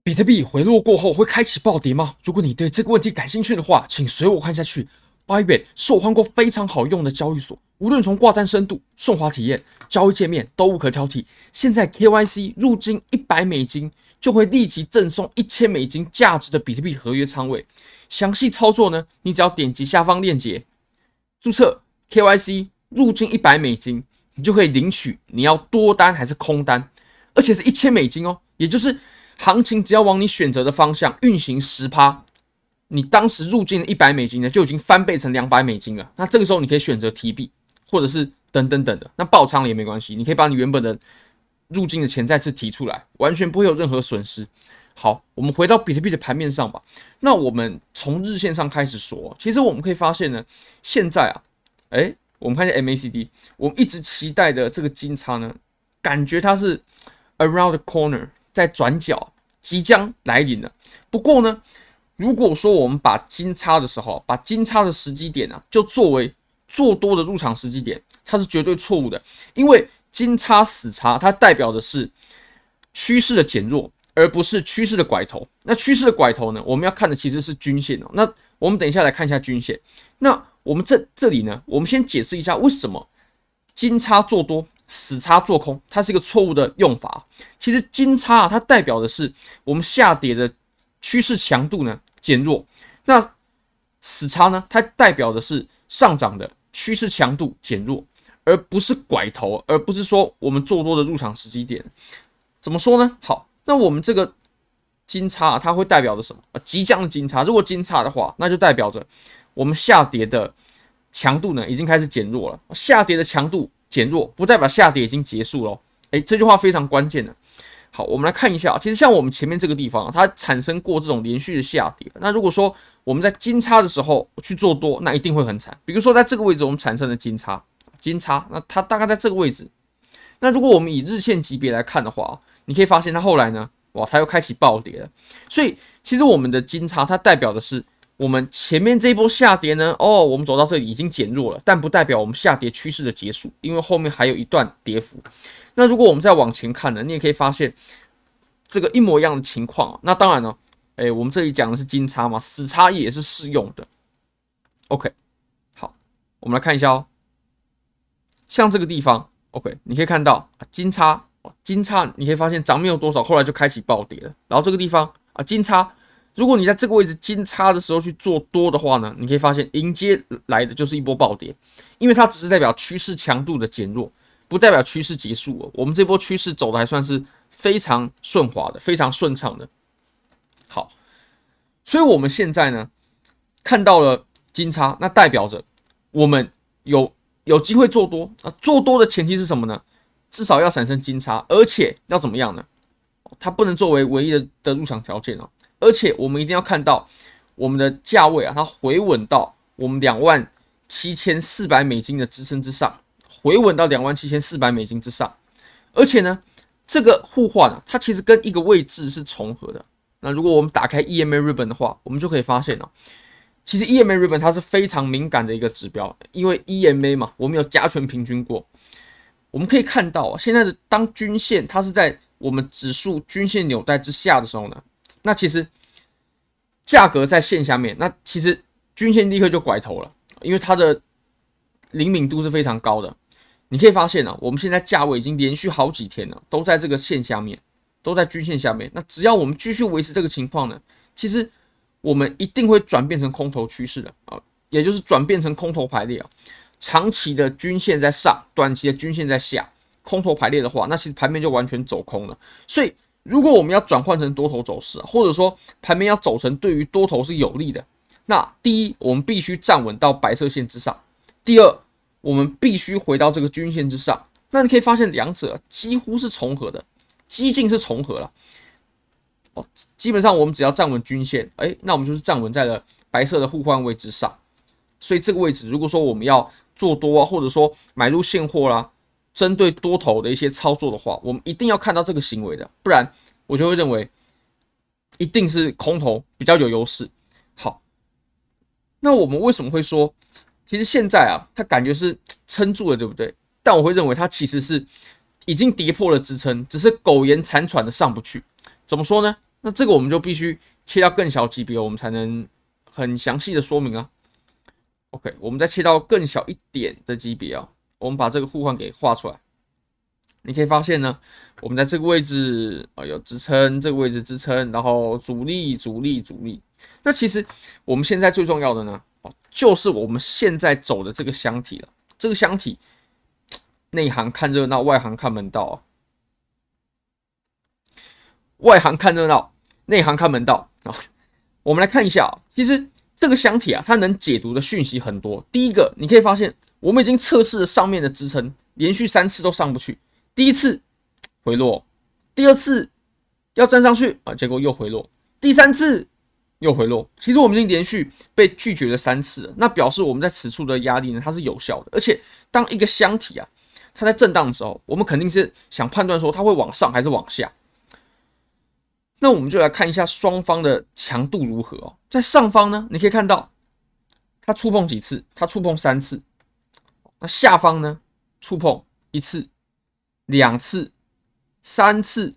比特币回落过后会开启暴跌吗？如果你对这个问题感兴趣的话，请随我看下去。Bybit 是我换过非常好用的交易所，无论从挂单深度、顺滑体验、交易界面都无可挑剔。现在 KYC 入金$100就会立即赠送$1000价值的比特币合约仓位。详细操作呢，你只要点击下方链接，注册 KYC 入金$100，你就可以领取你要多单还是空单，而且是$1000哦，也就是行情只要往你选择的方向运行10%，你当时入金的$100呢，就已经翻倍成$200了。那这个时候你可以选择提币，或者是等等等的，那爆仓了也没关系，你可以把你原本的入金的钱再次提出来，完全不会有任何损失。好，我们回到比特币的盘面上吧。那我们从日线上开始说，其实我们可以发现呢，现在啊，我们看一下 MACD， 我们一直期待的这个金叉呢，感觉它是 around the corner， 在转角，即将来临了。不过呢，如果说我们把金叉的时候，把金叉的时机点啊，就作为做多的入场时机点，它是绝对错误的，因为金叉死叉，它代表的是趋势的减弱，而不是趋势的拐头。那趋势的拐头呢，我们要看的其实是均线哦。那我们等一下来看一下均线。那我们这里呢，我们先解释一下为什么金叉做多，死叉做空，它是一个错误的用法。其实金叉啊，它代表的是我们下跌的趋势强度呢减弱，那死叉呢，它代表的是上涨的趋势强度减弱，而不是拐头，而不是说我们做多的入场时机点。怎么说呢？好，那我们这个金叉啊，它会代表着什么？即将的金叉，如果金叉的话，那就代表着我们下跌的强度呢已经开始减弱了。下跌的强度减弱，不代表下跌已经结束了。这句话非常关键的。好，我们来看一下，其实像我们前面这个地方，它产生过这种连续的下跌。那如果说我们在金叉的时候去做多，那一定会很惨。比如说在这个位置我们产生了金叉，那它大概在这个位置。那如果我们以日线级别来看的话，你可以发现它后来呢，哇，它又开启暴跌了。所以其实我们的金叉它代表的是我们前面这一波下跌呢，我们走到这里已经减弱了，但不代表我们下跌趋势的结束，因为后面还有一段跌幅。那如果我们再往前看呢，你也可以发现这个一模一样的情况。那当然呢，我们这里讲的是金叉嘛，死叉也是适用的。OK， 好，我们来看一下哦，像这个地方 ，OK， 你可以看到金叉，你可以发现涨没有多少，后来就开启暴跌了。然后这个地方啊，金叉，如果你在这个位置金叉的时候去做多的话呢，你可以发现迎接来的就是一波暴跌，因为它只是代表趋势强度的减弱，不代表趋势结束了。我们这波趋势走的还算是非常顺滑的，非常顺畅的。好，所以我们现在呢看到了金叉，那代表着我们有机会做多。做多的前提是什么呢？至少要产生金叉，而且要怎么样呢？它不能作为唯一的入场条件哦。而且我们一定要看到我们的价位啊，它回稳到我们$27,400的支撑之上，回稳到$27,400之上。而且呢，这个互换啊，它其实跟一个位置是重合的。那如果我们打开 EMA Ribbon 的话，我们就可以发现其实 EMA Ribbon 它是非常敏感的一个指标，因为 EMA 嘛，我们有加权平均过。我们可以看到现在的当均线它是在我们指数均线纽带之下的时候呢，那其实价格在线下面，那其实均线立刻就拐头了，因为它的灵敏度是非常高的。你可以发现我们现在价位已经连续好几天了，都在这个线下面，都在均线下面。那只要我们继续维持这个情况呢，其实我们一定会转变成空头趋势的也就是转变成空头排列长期的均线在上，短期的均线在下，空头排列的话，那其实盘面就完全走空了。所以如果我们要转换成多头走势，或者说盘面要走成对于多头是有利的，那第一，我们必须站稳到白色线之上；第二，我们必须回到这个均线之上。那你可以发现两者几乎是重合的，几近是重合了。基本上我们只要站稳均线，那我们就是站稳在了白色的互换位之上。所以这个位置，如果说我们要做多啊，或者说买入现货啦，针对多头的一些操作的话，我们一定要看到这个行为的，不然我就会认为一定是空头比较有优势。好，那我们为什么会说，其实现在它感觉是撑住了，对不对？但我会认为它其实是已经跌破了支撑，只是苟延残喘的上不去。怎么说呢？ 那这个我们就必须切到更小级别，我们才能很详细的说明啊。OK， 我们再切到更小一点的级别啊，我们把这个互换给画出来。你可以发现呢，我们在这个位置有支撑，这个位置支撑，然后阻力。那其实我们现在最重要的呢，就是我们现在走的这个箱体了。这个箱体内行看热闹，外行看门道啊。外行看热闹，内行看门道啊。我们来看一下其实这个箱体啊，它能解读的讯息很多。第一个，你可以发现我们已经测试了上面的支撑，连续3次都上不去。第一次回落，第二次要站上去结果又回落，第3次又回落。其实我们已经连续被拒绝了3次了，那表示我们在此处的压力呢，它是有效的。而且当一个箱体啊，它在震荡的时候，我们肯定是想判断说它会往上还是往下。那我们就来看一下双方的强度如何在上方呢，你可以看到它触碰几次，它触碰3次。那下方呢，触碰1次、2次、3次。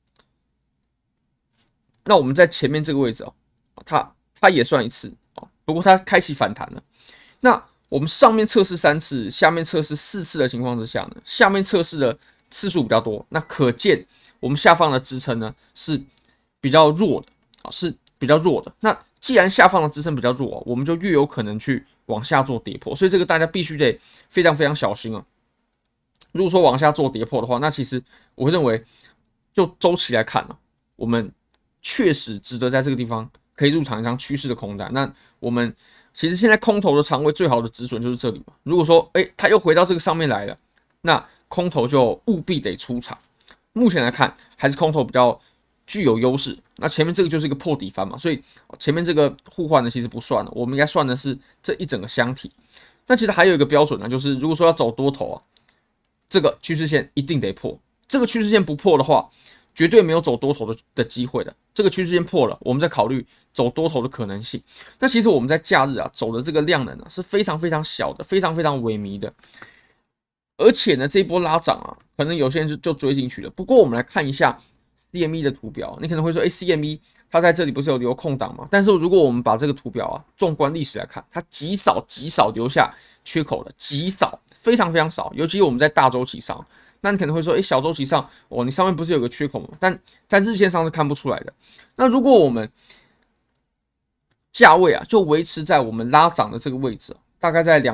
那我们在前面这个位置它也算1次不过它开启反弹了。那我们上面测试3次，下面测试4次的情况之下呢，下面测试的次数比较多，那可见我们下方的支撑呢是比较弱的那既然下方的支撑比较弱我们就越有可能去往下做跌破，所以这个大家必须得非常非常小心如果说往下做跌破的话，那其实我会认为，就周期来看我们确实值得在这个地方可以入场一张趋势的空单。那我们其实现在空头的仓位最好的止损就是这里嘛。如果说它又回到这个上面来了，那空头就务必得出场。目前来看，还是空头比较具有优势。那前面这个就是一个破底翻嘛，所以前面这个互换呢其实不算了，我们应该算的是这一整个箱体。那其实还有一个标准呢，就是如果说要走多头这个趋势线一定得破。这个趋势线不破的话，绝对没有走多头的机会的。这个趋势线破了，我们再考虑走多头的可能性。那其实我们在假日走的这个量能是非常非常小的，非常非常萎靡的。而且呢，这一波拉涨可能有些人就追进去了。不过我们来看一下 CME 的图表，你可能会说，CME 它在这里不是有留空档吗？但是如果我们把这个图表纵观历史来看，它极少留下缺口的，极少，非常非常少。尤其我们在大周期上，那你可能会说，小周期上你上面不是有个缺口吗？但在日线上是看不出来的。那如果我们价位就维持在我们拉涨的这个位置，大概在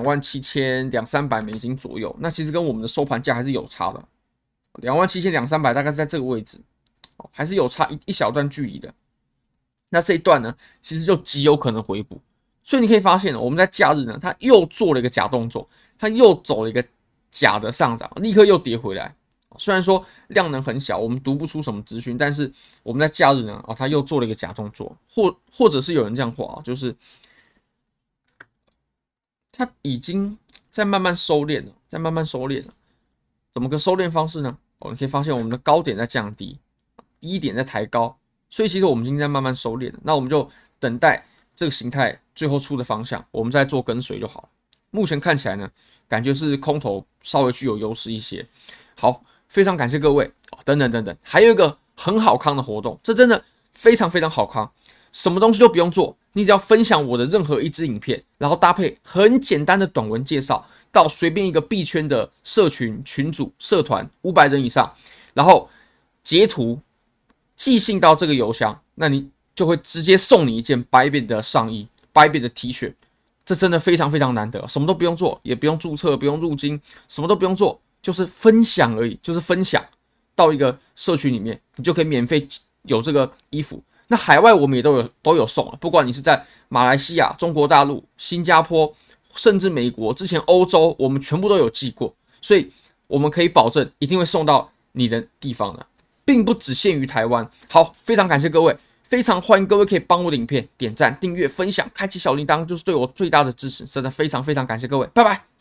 $27,200-300左右，那其实跟我们的收盘价还是有差的。$27,200大概是在这个位置，还是有差一小段距离的。那这一段呢，其实就极有可能回补。所以你可以发现我们在假日呢，它又做了一个假动作，它又走了一个假的上涨，立刻又跌回来。虽然说量能很小，我们读不出什么资讯，但是我们在假日呢，它又做了一个假动作，或者是有人这样画就是它已经在慢慢收敛了，怎么个收敛方式呢？你可以发现我们的高点在降低，低点在抬高，所以其实我们已经在慢慢收敛了。那我们就等待这个形态最后出的方向，我们再做跟随就好了。目前看起来呢，感觉是空头稍微具有优势一些。好，非常感谢各位等等，还有一个很好康的活动，这真的非常非常好康，什么东西都不用做，你只要分享我的任何一支影片，然后搭配很简单的短文介绍，到随便一个币圈的社群群组社团500人以上，然后截图寄信到这个邮箱，那你就会直接送你一件 Bybit 的上衣 ，Bybit 的 T 恤，这真的非常非常难得，什么都不用做，也不用注册，不用入金，什么都不用做，就是分享而已，就是分享到一个社群里面，你就可以免费有这个衣服。那海外我们也都有送了，不管你是在马来西亚、中国大陆、新加坡，甚至美国，之前欧洲我们全部都有寄过，所以我们可以保证一定会送到你的地方的，并不只限于台湾。好，非常感谢各位，非常欢迎各位可以帮我的影片点赞、订阅、分享、开启小铃铛，就是对我最大的支持，真的非常非常感谢各位，拜拜。